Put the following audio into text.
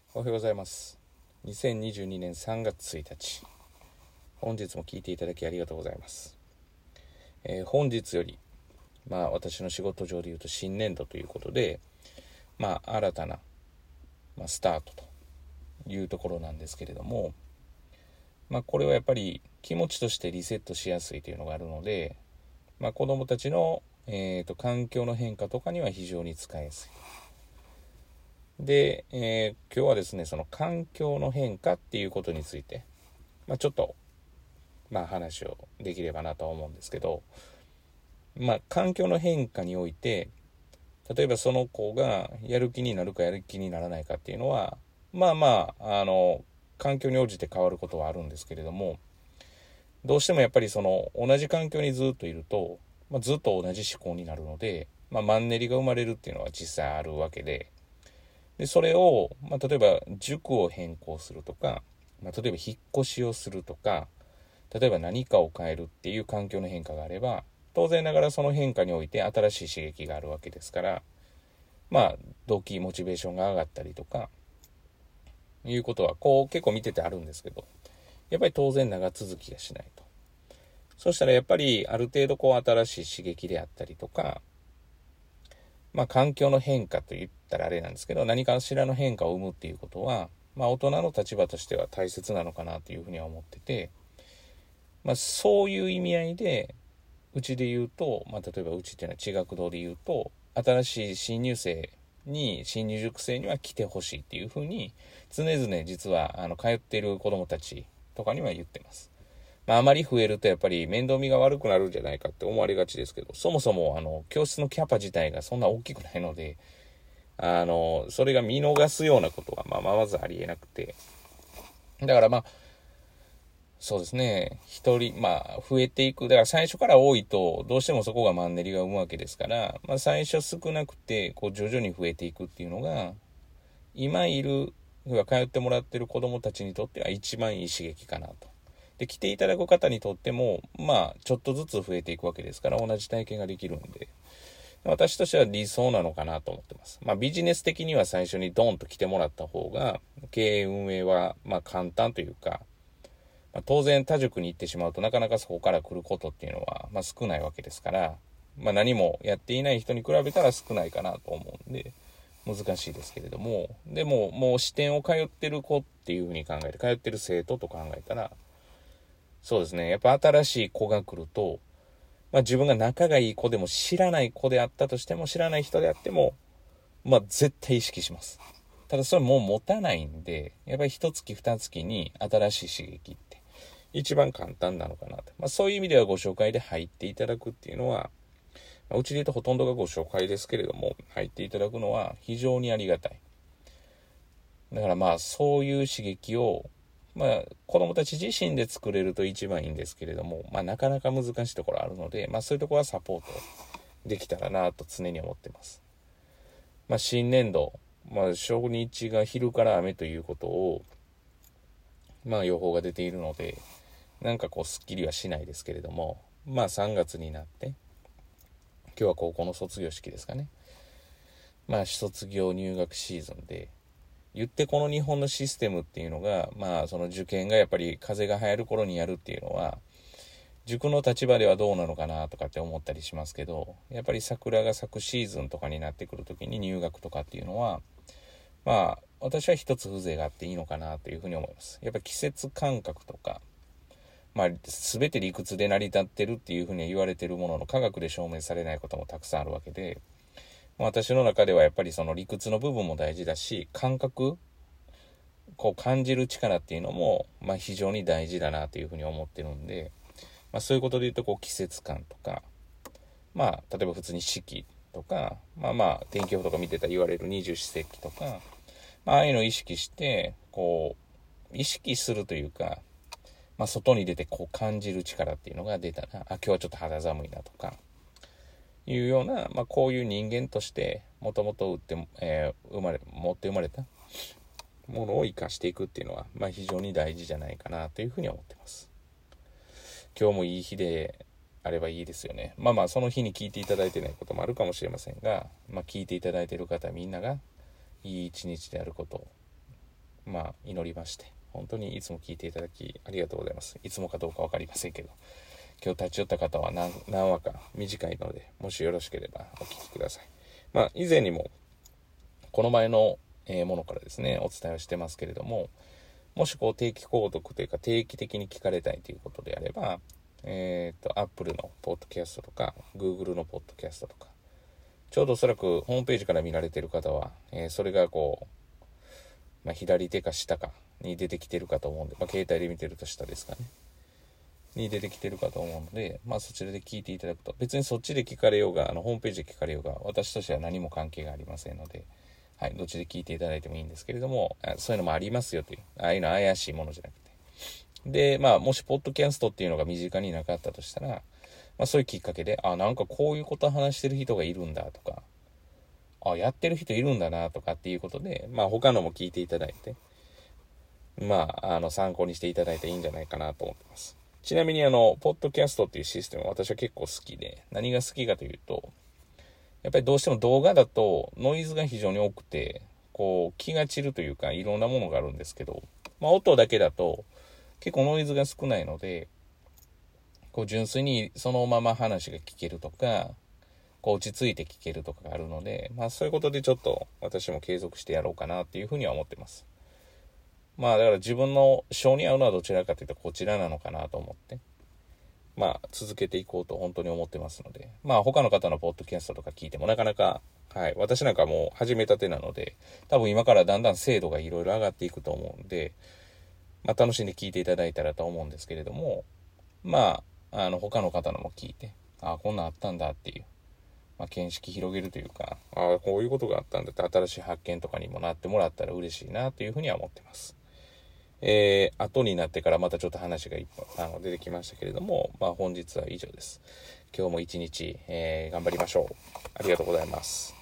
おはようございます。2022年3月1日、本日も聞いていただきありがとうございます。本日より、私の仕事上でいうと新年度ということで、新たな、スタートというところなんですけれども、これはやっぱり気持ちとしてリセットしやすいというのがあるので、子どもたちの、環境の変化とかには非常に使いやすい。で、今日はですね、その環境の変化っていうことについて、ちょっと、話をできればなとは思うんですけど、環境の変化において、例えばその子がやる気になるかやる気にならないかっていうのは、環境に応じて変わることはあるんですけれども、どうしてもやっぱりその同じ環境にずっといると、ずっと同じ思考になるので、マンネリが生まれるっていうのは実際あるわけで、それを、例えば塾を変更するとか、例えば引っ越しをするとか、例えば何かを変えるっていう環境の変化があれば、当然ながらその変化において新しい刺激があるわけですから、動機、モチベーションが上がったりとか、いうことは結構見ててあるんですけど、やっぱり当然長続きがしないと。そしたらやっぱりある程度新しい刺激であったりとか、環境の変化と言ったらあれなんですけど、何かしらの変化を生むっていうことは、大人の立場としては大切なのかなというふうには思ってて、そういう意味合いで、うちで言うと、例えばうちっていうのは地学堂で言うと、新しい新入塾生には来てほしいっていうふうに、常々実は通っている子どもたちとかには言ってます。あまり増えるとやっぱり面倒見が悪くなるんじゃないかって思われがちですけど、そもそも教室のキャパ自体がそんな大きくないので、それが見逃すようなことはまずありえなくて、だからそうですね、一人増えていく。だから最初から多いとどうしてもそこがマンネリが生むわけですから、最初少なくて徐々に増えていくっていうのが、今いる通ってもらってる子どもたちにとっては一番いい刺激かなと。で、来ていただく方にとってもちょっとずつ増えていくわけですから、同じ体験ができるんで、私としては理想なのかなと思ってます。ビジネス的には最初にドンと来てもらった方が経営運営は簡単というか、当然他塾に行ってしまうとなかなかそこから来ることっていうのは少ないわけですから、何もやっていない人に比べたら少ないかなと思うんで難しいですけれども、でももう支店を通ってる子っていう風に考えて、通ってる生徒と考えたら、そうですね、やっぱ新しい子が来ると、自分が仲がいい子でも知らない子であったとしても、知らない人であっても絶対意識します。ただそれもう持たないんで、やっぱり一月二月に新しい刺激って一番簡単なのかなと。そういう意味ではご紹介で入っていただくっていうのは、うちで言うとほとんどがご紹介ですけれども、入っていただくのは非常にありがたい。だからそういう刺激を子供たち自身で作れると一番いいんですけれども、なかなか難しいところあるので、そういうところはサポートできたらなと常に思ってます。新年度、初日が昼から雨ということを予報が出ているので、すっきりはしないですけれども、3月になって今日は高校の卒業式ですかね。卒業入学シーズンで、言ってこの日本のシステムっていうのが、その受験がやっぱり風邪が流行る頃にやるっていうのは、塾の立場ではどうなのかなとかって思ったりしますけど、やっぱり桜が咲くシーズンとかになってくるときに入学とかっていうのは、私は一つ風情があっていいのかなというふうに思います。やっぱり季節感覚とか、全て理屈で成り立ってるっていうふうに言われてるものの、科学で証明されないこともたくさんあるわけで、私の中ではやっぱりその理屈の部分も大事だし、感覚、感じる力っていうのも非常に大事だなというふうに思ってるんで、そういうことで言うと季節感とか、例えば普通に四季とか、天気予報とか見てたら言われる二十四節気とか、ああいうのを意識して意識するというか、外に出て感じる力っていうのが出たら、今日はちょっと肌寒いなとかいうような、こういう人間としてもともと持って生まれたものを生かしていくっていうのは、非常に大事じゃないかなというふうに思ってます。今日もいい日であればいいですよね。その日に聞いていただいてないこともあるかもしれませんが、聞いていただいている方みんながいい一日であることを祈りまして、本当にいつも聞いていただきありがとうございます。いつもかどうか分かりませんけど、今日立ち寄った方は何話か短いので、もしよろしければお聞きください。以前にもこの前のものからですねお伝えをしてますけれども、もし定期購読というか定期的に聞かれたいということであれば、Apple のポッドキャストとか Google のポッドキャストとか、ちょうどおそらくホームページから見られている方は、それが左手か下かに出てきてるかと思うんで、携帯で見てると下ですかねに出てきてるかと思うので、そちらで聞いていただくと、別にそっちで聞かれようがホームページで聞かれようが私としては何も関係がありませんので、どっちで聞いていただいてもいいんですけれども、そういうのもありますよという、ああいうの怪しいものじゃなくて、でもしポッドキャストっていうのが身近になかったとしたら、そういうきっかけでなんかこういうこと話してる人がいるんだとか、やってる人いるんだなとかっていうことで、他のも聞いていただいて、参考にしていただいていいんじゃないかなと思ってます。ちなみにポッドキャストっていうシステムは私は結構好きで、何が好きかというと、やっぱりどうしても動画だとノイズが非常に多くて、気が散るというかいろんなものがあるんですけど、音だけだと結構ノイズが少ないので、純粋にそのまま話が聞けるとか、落ち着いて聞けるとかがあるので、そういうことでちょっと私も継続してやろうかなっていうふうには思ってます。だから自分の性に合うのはどちらかというとこちらなのかなと思って、続けていこうと本当に思ってますので、他の方のポッドキャストとか聞いてもなかなか、私なんかもう始めたてなので、多分今からだんだん精度がいろいろ上がっていくと思うんで、楽しんで聞いていただいたらと思うんですけれども、他の方のも聞いて、こんなんあったんだっていう、見識広げるというか、こういうことがあったんだって新しい発見とかにもなってもらったら嬉しいなというふうには思ってます。後になってからまたちょっと話が出てきましたけれども、本日は以上です。今日も一日、頑張りましょう。ありがとうございます。